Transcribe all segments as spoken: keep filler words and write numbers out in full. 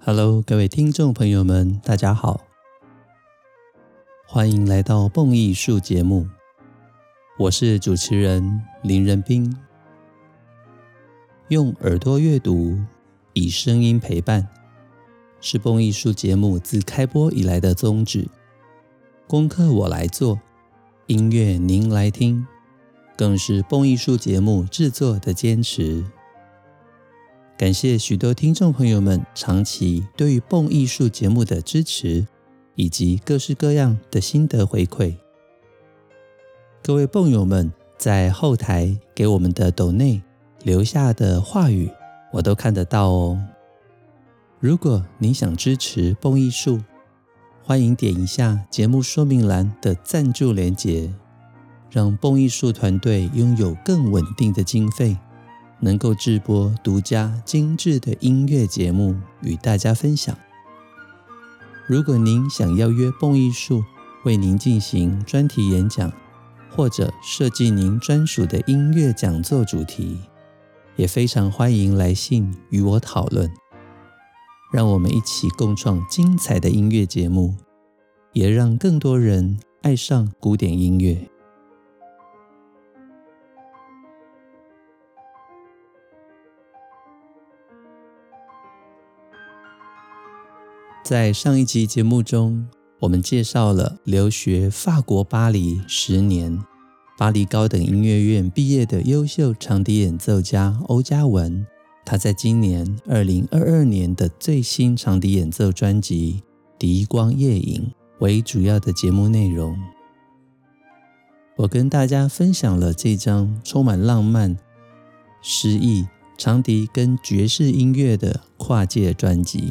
Hello， 各位听众朋友们，大家好，欢迎来到蹦艺术节目，我是主持人林仁斌。用耳朵阅读，以声音陪伴，是蹦艺术节目自开播以来的宗旨。功课我来做，音乐您来听，更是蹦艺术节目制作的坚持。感谢许多听众朋友们长期对于蹦艺术节目的支持，以及各式各样的心得回馈。各位蹦友们在后台给我们的抖内留下的话语，我都看得到哦。如果您想支持蹦艺术，欢迎点一下节目说明栏的赞助连结，让蹦艺术团队拥有更稳定的经费，能够制播独家精致的音乐节目与大家分享。如果您想邀约蹦艺术为您进行专题演讲，或者设计您专属的音乐讲座主题，也非常欢迎来信与我讨论，让我们一起共创精彩的音乐节目，也让更多人爱上古典音乐。在上一集节目中，我们介绍了留学法国巴黎十年，巴黎高等音乐院毕业的优秀长笛演奏家欧嘉文，他在今年二零二二年的最新长笛演奏专辑《笛光夜影》为主要的节目内容。我跟大家分享了这张充满浪漫、诗意、长笛跟爵士音乐的跨界专辑。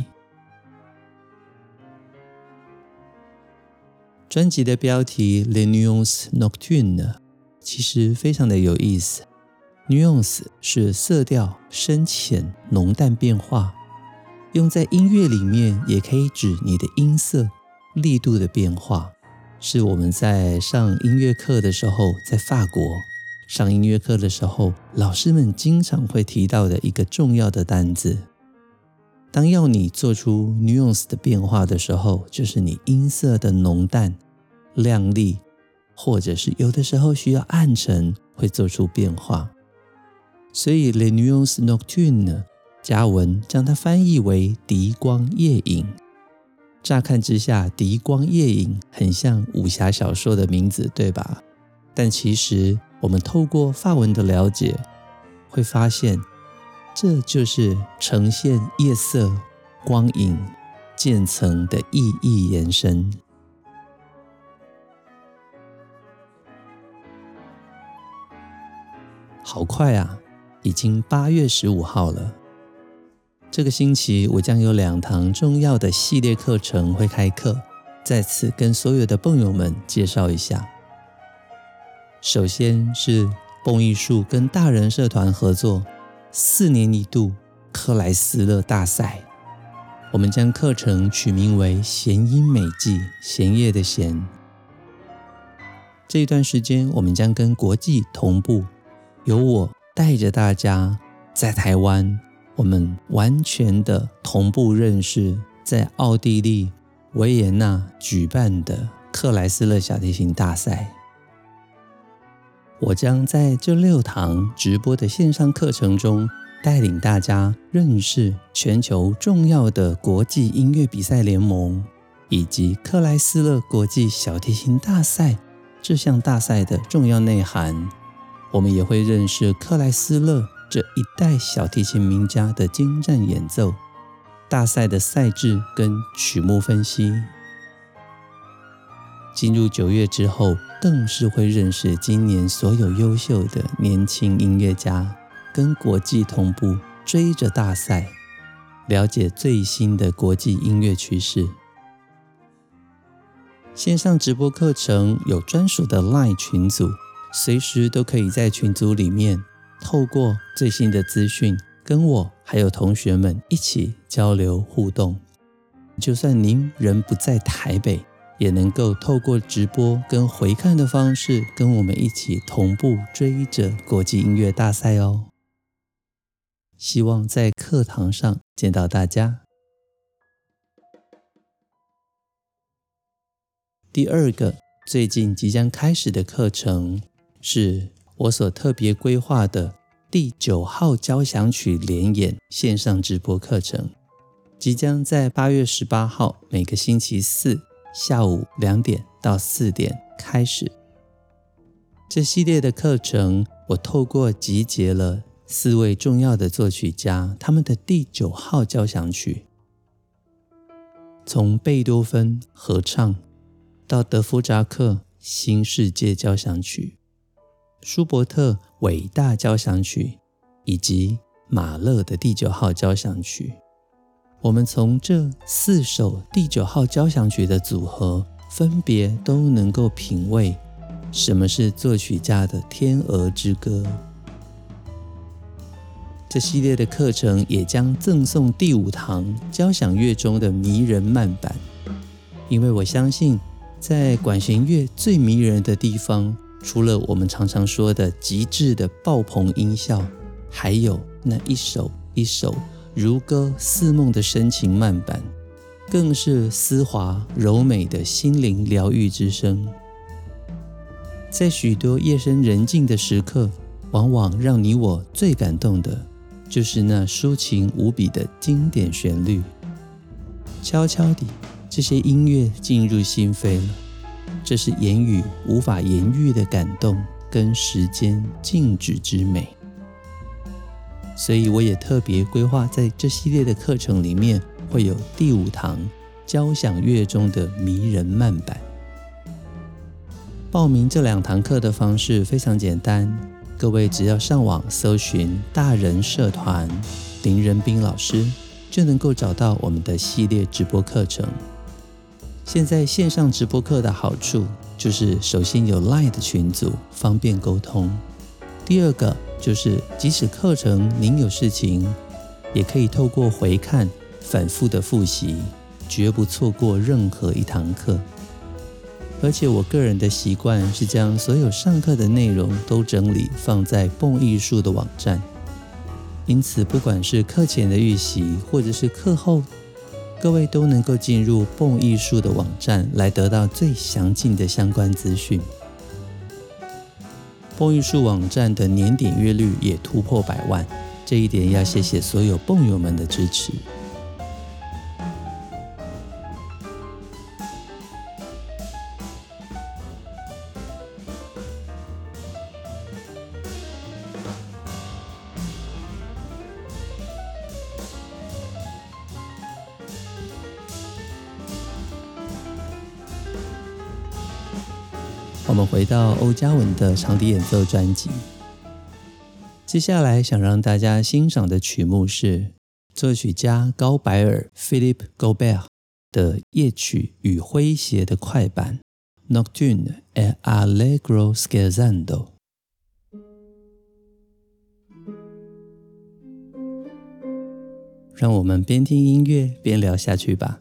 专辑的标题 Les Nuances Nocturnes 其实非常的有意思。 Nuance 是色调深浅浓淡变化，用在音乐里面也可以指你的音色力度的变化，是我们在上音乐课的时候，在法国上音乐课的时候，老师们经常会提到的一个重要的单字。当要你做出 nuance 的变化的时候，就是你音色的浓淡、亮丽，或者是有的时候需要暗沉，会做出变化。所以 Les Nuances Nocturnes 嘉文将它翻译为笛光夜影。乍看之下，笛光夜影很像武侠小说的名字，对吧？但其实我们透过法文的了解，会发现这就是呈现夜色、光影、渐层的意义延伸。好快啊，已经八月十五号了。这个星期我将有两堂重要的系列课程会开课，在此跟所有的蹦友们介绍一下。首先是蹦艺术跟大人社团合作四年一度克莱斯勒大赛，我们将课程取名为弦音美技，弦乐的弦。这一段时间我们将跟国际同步，由我带着大家在台湾，我们完全的同步认识在奥地利维也纳举办的克莱斯勒小提琴大赛。我将在这六堂直播的线上课程中，带领大家认识全球重要的国际音乐比赛联盟，以及克莱斯勒国际小提琴大赛这项大赛的重要内涵。我们也会认识克莱斯勒这一代小提琴名家的精湛演奏，大赛的赛制跟曲目分析。进入九月之后，更是会认识今年所有优秀的年轻音乐家，跟国际同步追着大赛，了解最新的国际音乐趋势。线上直播课程有专属的 LINE 群组，随时都可以在群组里面透过最新的资讯，跟我还有同学们一起交流互动。就算您人不在台北，也能够透过直播跟回看的方式，跟我们一起同步追着国际音乐大赛哦。希望在课堂上见到大家。 第二个最近即将开始的课程，是我所特别规划的第九号交响曲联演线上直播课程，即将在八月十八号每个星期四下午两点到四点开始。这系列的课程，我透过集结了四位重要的作曲家他们的第九号交响曲，从贝多芬合唱到德弗扎克新世界交响曲、舒伯特伟大交响曲以及马勒的第九号交响曲，我们从这四首第九号交响曲的组合，分别都能够品味什么是作曲家的天鹅之歌。这系列的课程也将赠送第五堂交响乐中的迷人慢板，因为我相信在管弦乐最迷人的地方，除了我们常常说的极致的爆棚音效，还有那一首一首如歌似梦的深情慢板，更是丝滑柔美的心灵疗愈之声。在许多夜深人静的时刻，往往让你我最感动的就是那抒情无比的经典旋律。悄悄地，这些音乐进入心扉了，这是言语无法言喻的感动跟时间静止之美。所以我也特别规划在这系列的课程里面，会有第五堂交响乐中的迷人慢板。报名这两堂课的方式非常简单，各位只要上网搜寻大人社团林仁斌老师，就能够找到我们的系列直播课程。现在线上直播课的好处就是首先有 LINE 的群组，方便沟通。第二个就是即使课程您有事情，也可以透过回看反复的复习，绝不错过任何一堂课。而且我个人的习惯是将所有上课的内容都整理放在蹦艺术的网站，因此不管是课前的预习或者是课后，各位都能够进入蹦艺术的网站来得到最详尽的相关资讯。蹦艺术网站的年点阅率也突破百万，这一点要谢谢所有蹦友们的支持。我们回到欧嘉文的长笛演奏专辑，接下来想让大家欣赏的曲目是作曲家高白尔 Philippe Gaubert 的夜曲与诙谐的快板 Nocturne e Allegro Scherzando。 让我们边听音乐边聊下去吧。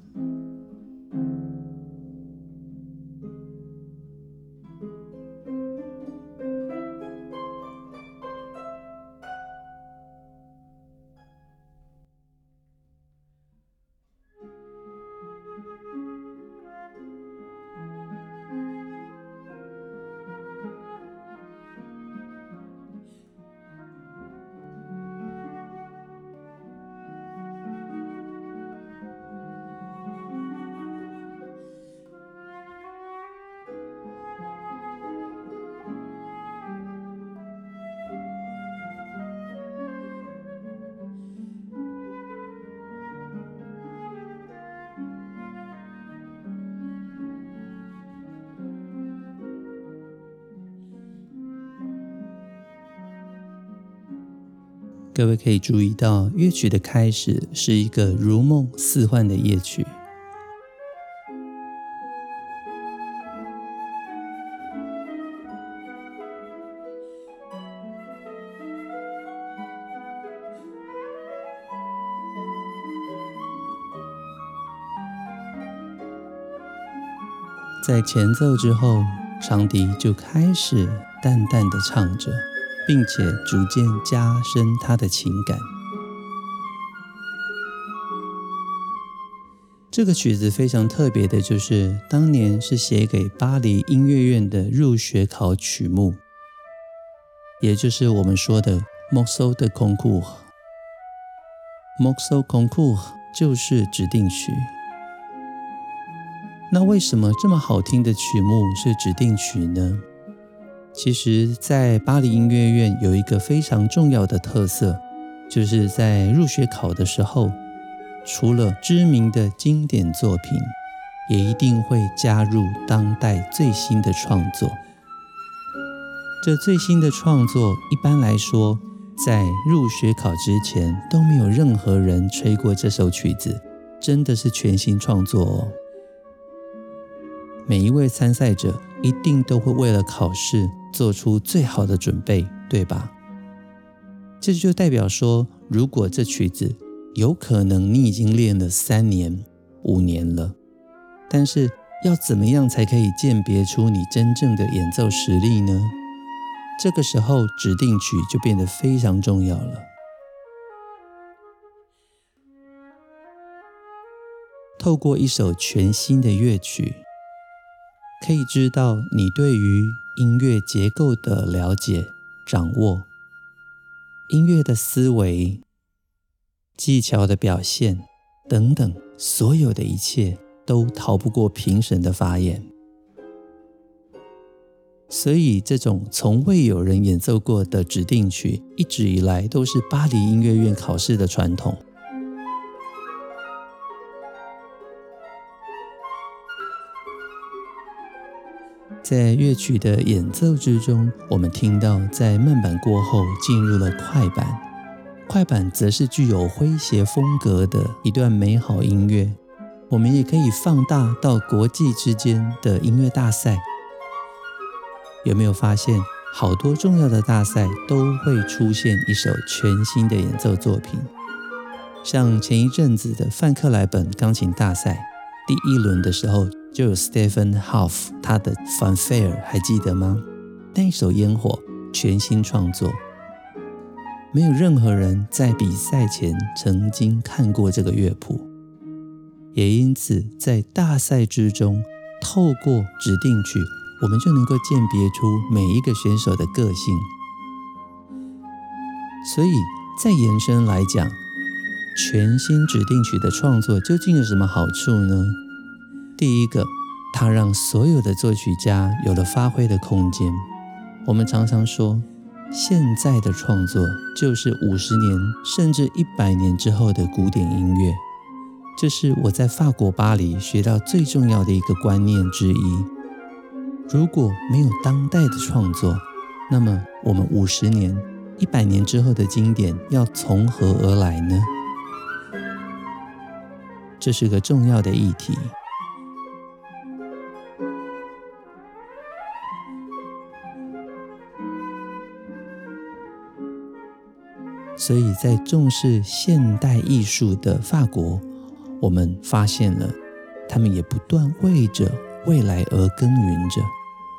各位可以注意到，乐曲的开始是一个如梦似幻的夜曲。在前奏之后，长笛就开始淡淡的唱着，并且逐渐加深他的情感。 这个曲子非常特别的就是当年是写给巴黎音乐院的入学考曲目，也就是我们说的 Morceau de Concours。Morceau Concours 就是指定曲。那为什么这么好听的曲目是指定曲呢？其实在巴黎音乐院有一个非常重要的特色，就是在入学考的时候，除了知名的经典作品，也一定会加入当代最新的创作。这最新的创作一般来说，在入学考之前都没有任何人吹过这首曲子，真的是全新创作哦。每一位参赛者一定都会为了考试做出最好的准备，对吧？这就代表说，如果这曲子有可能你已经练了三年、五年了，但是要怎么样才可以鉴别出你真正的演奏实力呢？这个时候指定曲就变得非常重要了。透过一首全新的乐曲，可以知道你对于音乐结构的了解、掌握，音乐的思维、技巧的表现等等，所有的一切都逃不过评审的法眼。所以这种从未有人演奏过的指定曲，一直以来都是巴黎音乐院考试的传统。在乐曲的演奏之中，我们听到在慢板过后进入了快板，快板则是具有诙谐风格的一段美好音乐。我们也可以放大到国际之间的音乐大赛。有没有发现好多重要的大赛都会出现一首全新的演奏作品？像前一阵子的范克莱本钢琴大赛第一轮的时候，就有 Stephen Hough 他的 Fanfare 还记得吗？那一首烟火全新创作，没有任何人在比赛前曾经看过这个乐谱，也因此在大赛之中，透过指定曲，我们就能够鉴别出每一个选手的个性。所以再延伸来讲，全新指定曲的创作究竟有什么好处呢？第一个，它让所有的作曲家有了发挥的空间。我们常常说，现在的创作就是五十年甚至一百年之后的古典音乐。这是我在法国巴黎学到最重要的一个观念之一。如果没有当代的创作，那么我们五十年、一百年之后的经典要从何而来呢？这是个重要的议题。所以在重视现代艺术的法国，我们发现了他们也不断为着未来而耕耘着。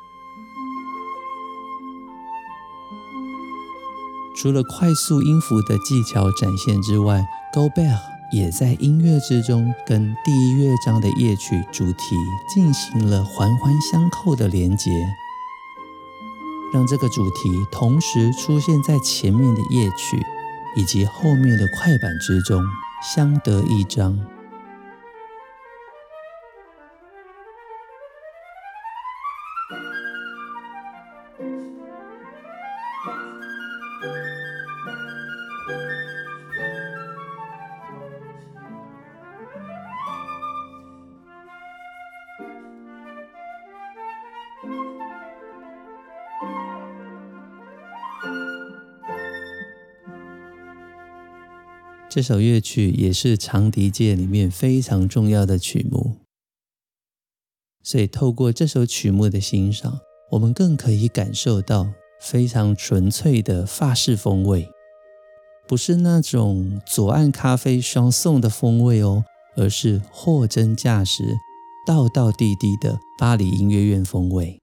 除了快速音符的技巧展现之外， Gaubert 也在音乐之中跟第一乐章的夜曲主题进行了环环相扣的连结，让这个主题同时出现在前面的夜曲以及后面的快板之中，相得益彰。这首乐曲也是长笛界里面非常重要的曲目，所以透过这首曲目的欣赏，我们更可以感受到非常纯粹的法式风味，不是那种左岸咖啡双颂的风味哦，而是货真价实、道道地地的巴黎音乐院风味。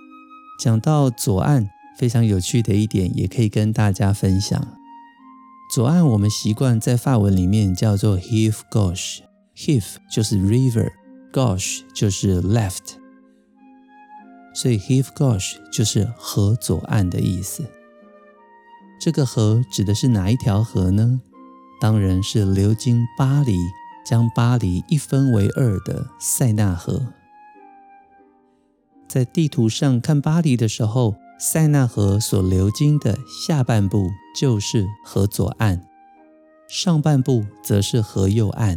讲到左岸，非常有趣的一点也可以跟大家分享。 左岸我们习惯在法文里面叫做 Rive Gauche， Rive 就是 river， Gauche 就是 left， 所以 Rive Gauche 就是河左岸的意思。这个河指的是哪一条河呢？当然是流经巴黎，将巴黎一分为二的塞纳河。在地图上看巴黎的时候，塞纳河所流经的下半部就是河左岸，上半部则是河右岸。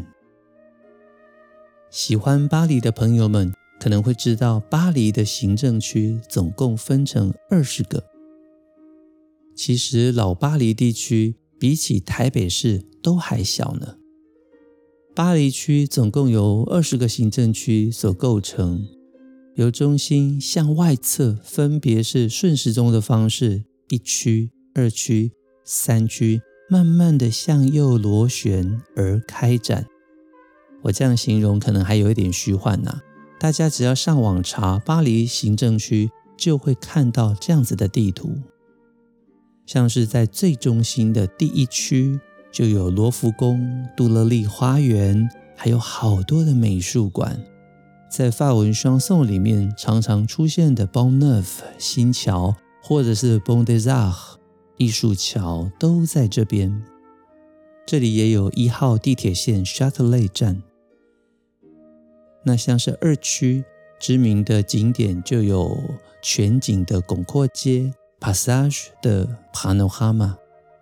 喜欢巴黎的朋友们可能会知道，巴黎的行政区总共分成二十个。其实老巴黎地区比起台北市都还小呢。巴黎区总共由二十个行政区所构成，由中心向外侧分别是顺时钟的方式，一区、二区、三区，慢慢的向右螺旋而开展。我这样形容可能还有一点虚幻啊，大家只要上网查巴黎行政区，就会看到这样子的地图。像是在最中心的第一区，就有罗浮宫、杜乐丽花园，还有好多的美术馆。在法文双颂里面常常出现的 Pont Neuf 新桥，或者是 Pont des Arts 艺术桥，都在这边。这里也有一号地铁线 Châtelet 站。那像是二区知名的景点就有全景的拱廓街 Passage 的 Panorama。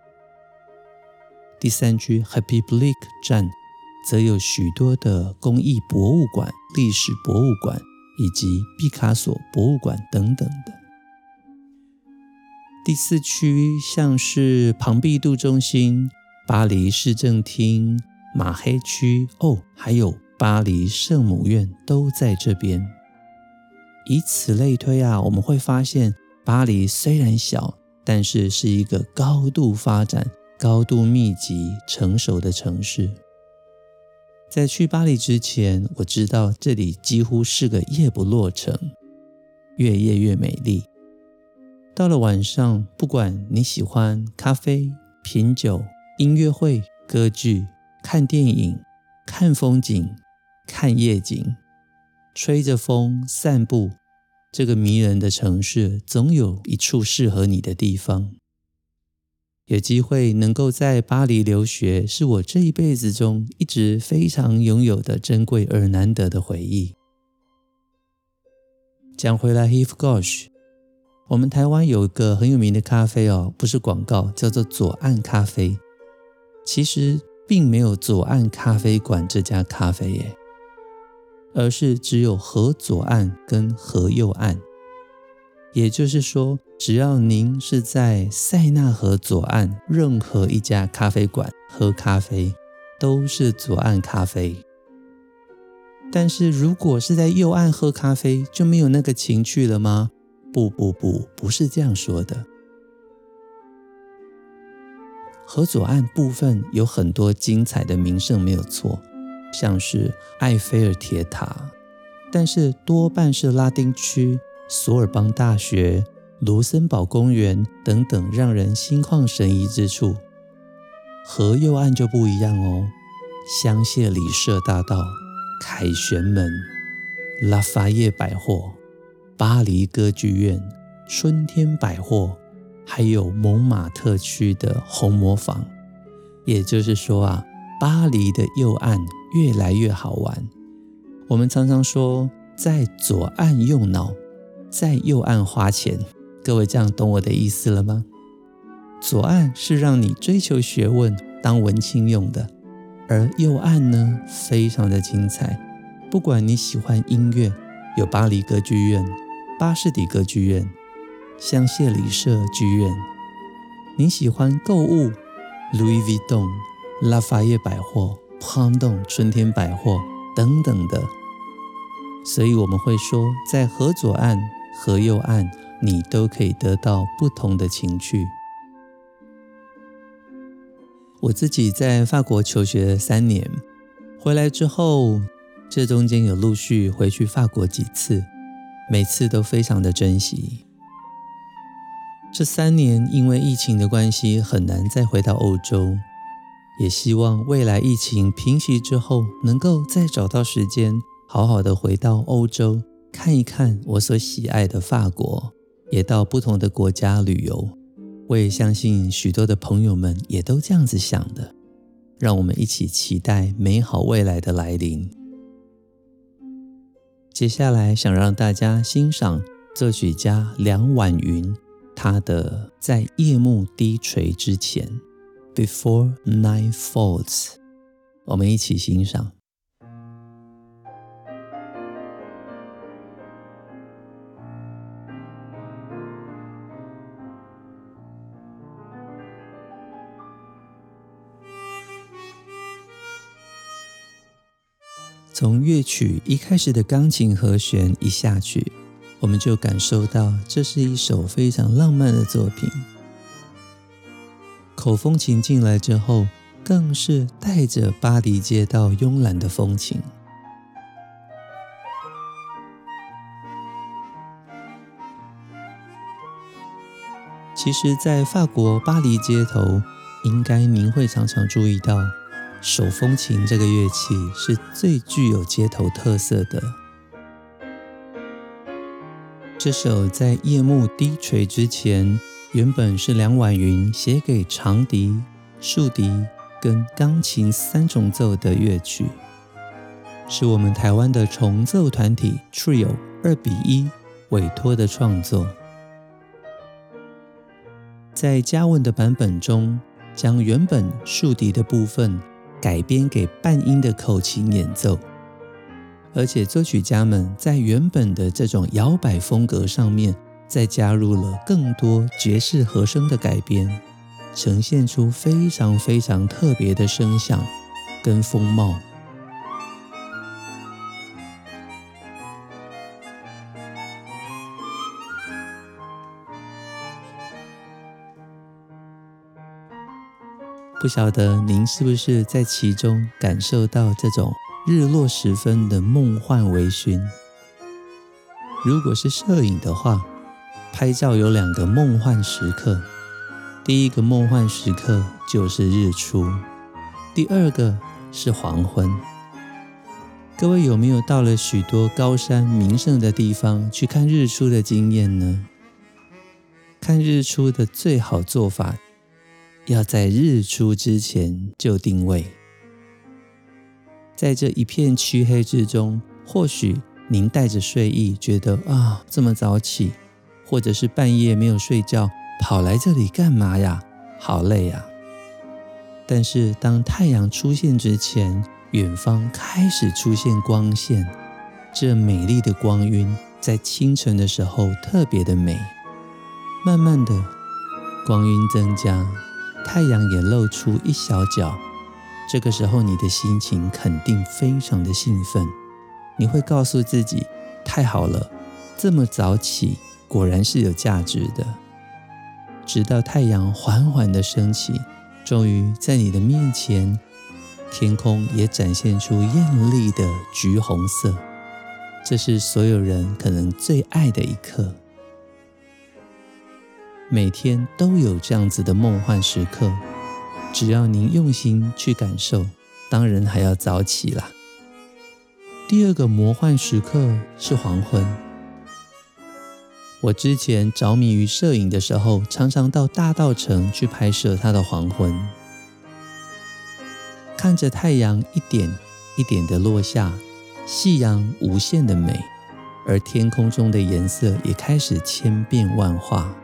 第三区 République 站则有许多的工艺博物馆、历史博物馆以及毕卡索博物馆等等的。第四区像是庞毕度中心、巴黎市政厅、马黑区，哦，还有巴黎圣母院都在这边。以此类推啊，我们会发现巴黎虽然小，但是是一个高度发展、高度密集、成熟的城市。在去巴黎之前，我知道这里几乎是个夜不落城，越夜越美丽。到了晚上，不管你喜欢咖啡、品酒、音乐会、歌剧、看电影、看风景、看夜景，吹着风散步，这个迷人的城市总有一处适合你的地方。有机会能够在巴黎留学，是我这一辈子中一直非常拥有的珍贵而难得的回忆。讲回来 Rive Gauche， 我们台湾有一个很有名的咖啡哦，不是广告，叫做左岸咖啡。其实并没有左岸咖啡馆这家咖啡耶，而是只有河左岸跟河右岸。也就是说，只要您是在塞纳河左岸任何一家咖啡馆喝咖啡，都是左岸咖啡。但是如果是在右岸喝咖啡，就没有那个情趣了吗？不不不，不是这样说的。河左岸部分有很多精彩的名胜没有错，像是埃菲尔铁塔，但是多半是拉丁区、索尔邦大学、卢森堡公园等等让人心旷神怡之处。河右岸就不一样哦，香榭里舍大道、凯旋门、拉法叶百货、巴黎歌剧院、春天百货，还有蒙马特区的红磨坊。也就是说啊，巴黎的右岸越来越好玩。我们常常说，在左岸用脑，在右岸花钱。各位这样懂我的意思了吗？左岸是让你追求学问、当文青用的，而右岸呢，非常的精彩。不管你喜欢音乐，有巴黎歌剧院、巴士底歌剧院、香榭里舍剧院；你喜欢购物 ，Louis Vuitton、拉法叶百货、Prandtl 春天百货等等的。所以我们会说，在河左岸、河右岸，你都可以得到不同的情趣。我自己在法国求学三年，回来之后，这中间有陆续回去法国几次，每次都非常的珍惜。 这三年因为疫情的关系很难再回到欧洲，也希望未来疫情平息之后能够再找到时间好好的回到欧洲看一看我所喜爱的法国，也到不同的国家旅游。我也相信许多的朋友们也都这样子想的，让我们一起期待美好未来的来临。接下来想让大家欣赏作曲家梁婉云他的在夜幕低垂之前 Before Night Falls， 我们一起欣赏。从乐曲一开始的钢琴和弦一下去，我们就感受到这是一首非常浪漫的作品。口风琴进来之后，更是带着巴黎街道慵懒的风情。其实在法国巴黎街头，应该您会常常注意到手风琴这个乐器是最具有街头特色的。这首在夜幕低垂之前，原本是梁婉云写给长笛、竖笛跟钢琴三重奏的乐曲，是我们台湾的重奏团体 Trio 二比一委托的创作。在嘉文的版本中，将原本竖笛的部分改编给半音的口琴演奏，而且作曲家们在原本的这种摇摆风格上面再加入了更多爵士和声的改编，呈现出非常非常特别的声响跟风貌。不晓得您是不是在其中感受到这种日落时分的梦幻微醺？如果是摄影的话，拍照有两个梦幻时刻，第一个梦幻时刻就是日出，第二个是黄昏。各位有没有到了许多高山名胜的地方去看日出的经验呢？看日出的最好做法，要在日出之前就定位。在这一片黢黑之中，或许您带着睡意觉得啊，这么早起，或者是半夜没有睡觉，跑来这里干嘛呀？好累啊！但是当太阳出现之前，远方开始出现光线，这美丽的光晕在清晨的时候特别的美。慢慢的，光晕增加，太阳也露出一小角，这个时候你的心情肯定非常的兴奋，你会告诉自己，太好了，这么早起果然是有价值的。直到太阳缓缓的升起，终于在你的面前，天空也展现出艳丽的橘红色，这是所有人可能最爱的一刻。每天都有这样子的梦幻时刻，只要您用心去感受，当然还要早起啦。第二个魔幻时刻是黄昏。我之前着迷于摄影的时候，常常到大稻埕去拍摄它的黄昏，看着太阳一点一点的落下，夕阳无限的美，而天空中的颜色也开始千变万化。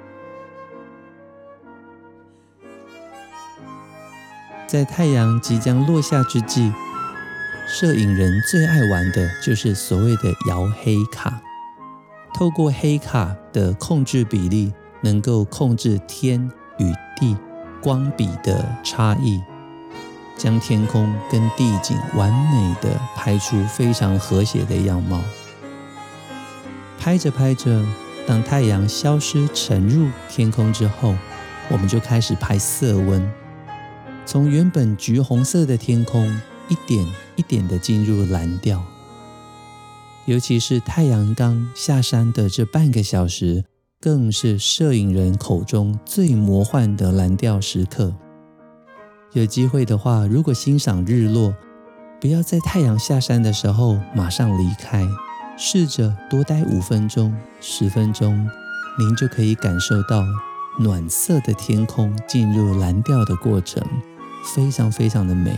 在太阳即将落下之际，摄影人最爱玩的就是所谓的摇黑卡。透过黑卡的控制比例，能够控制天与地光比的差异，将天空跟地景完美的拍出非常和谐的样貌。拍着拍着，当太阳消失沉入天空之后，我们就开始拍色温，从原本橘红色的天空一点一点的进入蓝调。尤其是太阳刚下山的这半个小时， 更是摄影人口中最魔幻的蓝调时刻。有机会的话，如果欣赏日落，不要在太阳下山的时候马上离开，试着多待五分钟、十分钟，您就可以感受到暖色的天空进入蓝调的过程，非常非常的美。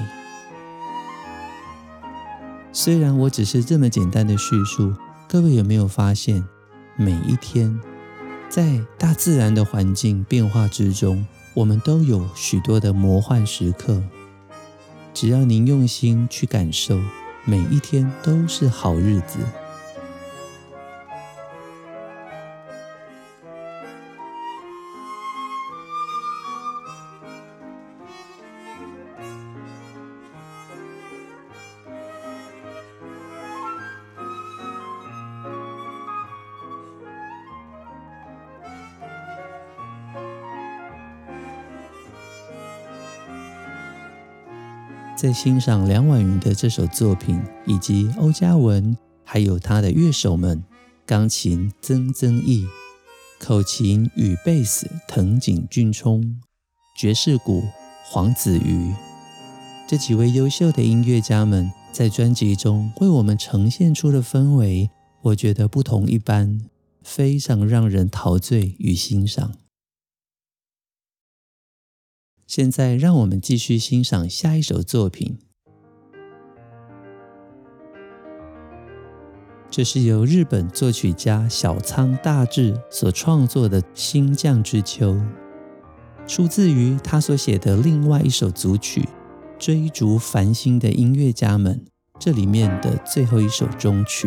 虽然我只是这么简单的叙述，各位有没有发现，每一天在大自然的环境变化之中，我们都有许多的魔幻时刻。只要您用心去感受，每一天都是好日子。在欣赏梁婉瑜的这首作品，以及欧嘉文还有他的乐手们，钢琴曾曾毅，口琴与贝斯藤井俊冲，爵士鼓黄子瑜，这几位优秀的音乐家们在专辑中为我们呈现出的氛围，我觉得不同一般，非常让人陶醉与欣赏。现在让我们继续欣赏下一首作品。这是由日本作曲家小仓大志所创作的《星降之秋》，出自于他所写的另外一首组曲《追逐繁星的音乐家们》这里面的最后一首终曲。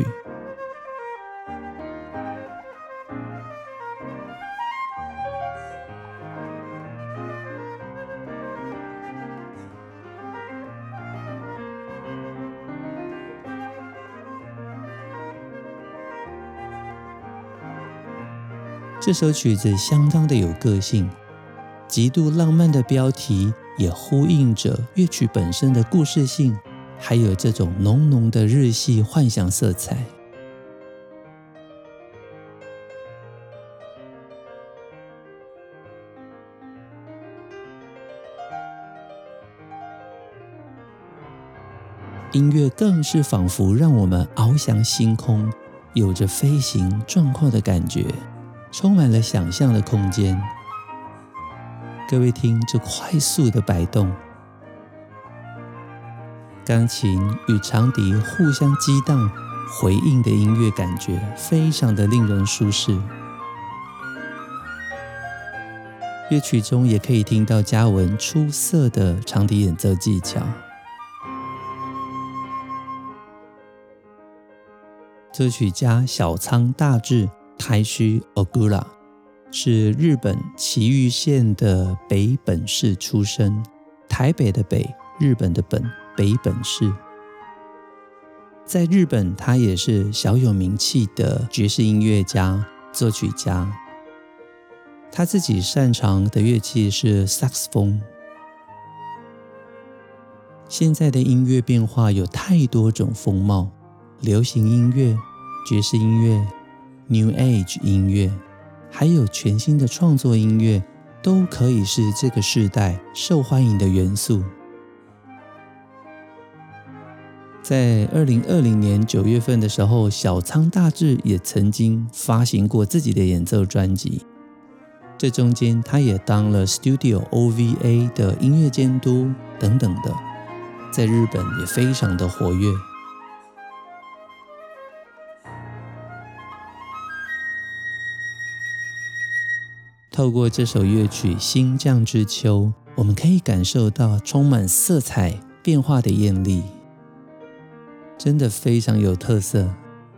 这首曲子相当的有个性，极度浪漫的标题也呼应着乐曲本身的故事性，还有这种浓浓的日系幻想色彩。音乐更是仿佛让我们翱翔星空，有着飞行壮阔的感觉，充满了想象的空间。各位听这快速的摆动，钢琴与长笛互相激荡回应的音乐感觉，非常的令人舒适。乐曲中也可以听到嘉文出色的长笛演奏技巧。作曲家小仓大志台须 Ogura 是日本崎玉县的北本市出身，台北的北，日本的本，北本市。在日本，他也是小有名气的爵士音乐家、作曲家。他自己擅长的乐器是萨克斯风。现在的音乐变化有太多种风貌，流行音乐、爵士音乐、New Age 音乐，还有全新的创作音乐，都可以是这个世代受欢迎的元素。在二零二零年九月份的时候，小仓大志也曾经发行过自己的演奏专辑，这中间他也当了 Studio O V A 的音乐监督等等的，在日本也非常的活跃。透过这首乐曲《星降之秋》，我们可以感受到充满色彩变化的艳丽，真的非常有特色。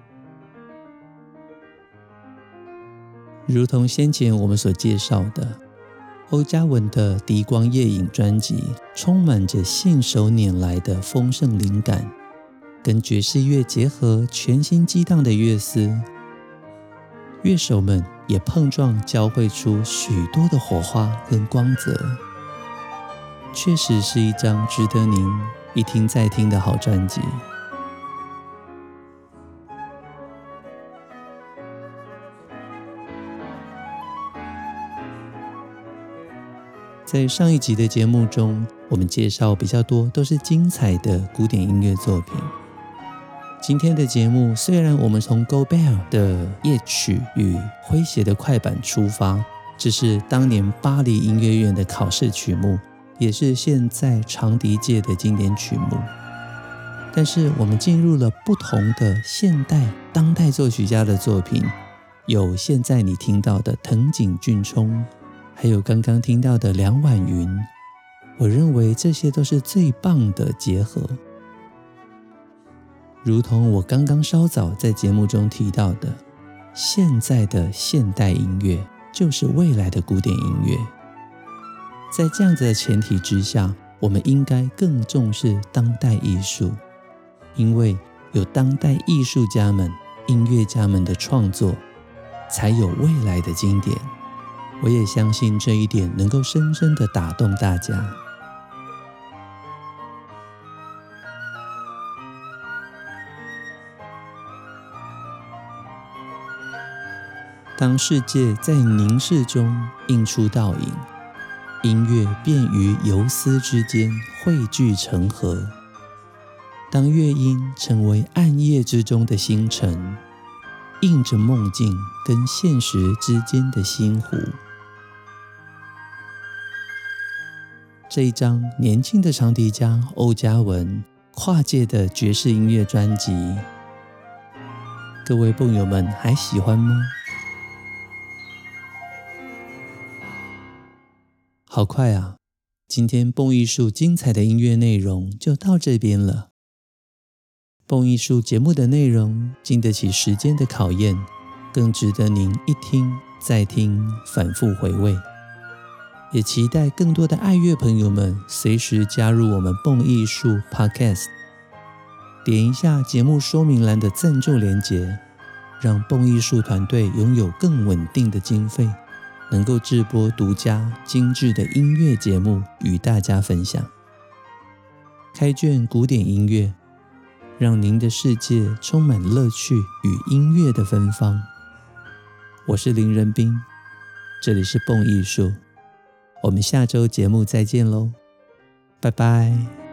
如同先前我们所介绍的，欧嘉文的《笛光夜影》专辑充满着信手拈来的丰盛灵感，跟爵士乐结合全新激荡的乐思，乐手们也碰撞交汇出许多的火花跟光泽，确实是一张值得您一听再听的好专辑。 在上一集的节目中，我们介绍比较多都是精彩的古典音乐作品。今天的节目虽然我们从 Gaubert 的夜曲与诙谐的快板出发，这是当年巴黎音乐院的考试曲目，也是现在长笛界的经典曲目。但是我们进入了不同的现代当代作曲家的作品，有现在你听到的藤井俊冲，还有刚刚听到的梁婉云，我认为这些都是最棒的结合。如同我刚刚稍早在节目中提到的，现在的现代音乐就是未来的古典音乐。在这样子的前提之下，我们应该更重视当代艺术，因为有当代艺术家们、音乐家们的创作，才有未来的经典。我也相信这一点能够深深地打动大家。当世界在凝视中映出倒影，音乐便于游丝之间汇聚成河。当乐音成为暗夜之中的星辰，映着梦境跟现实之间的星湖。这一张年轻的长笛家欧嘉文跨界的爵士音乐专辑，各位蹦友们还喜欢吗？好快啊，今天蹦艺术精彩的音乐内容就到这边了。蹦艺术节目的内容经得起时间的考验，更值得您一听再听，反复回味。也期待更多的爱乐朋友们随时加入我们蹦艺术 Podcast， 点一下节目说明栏的赞助连结，让蹦艺术团队拥有更稳定的经费，能够制播独家精致的音乐节目与大家分享。开卷古典音乐，让您的世界充满乐趣与音乐的芬芳。我是林仁斌，这里是蹦艺术，我们下周节目再见喽，拜拜。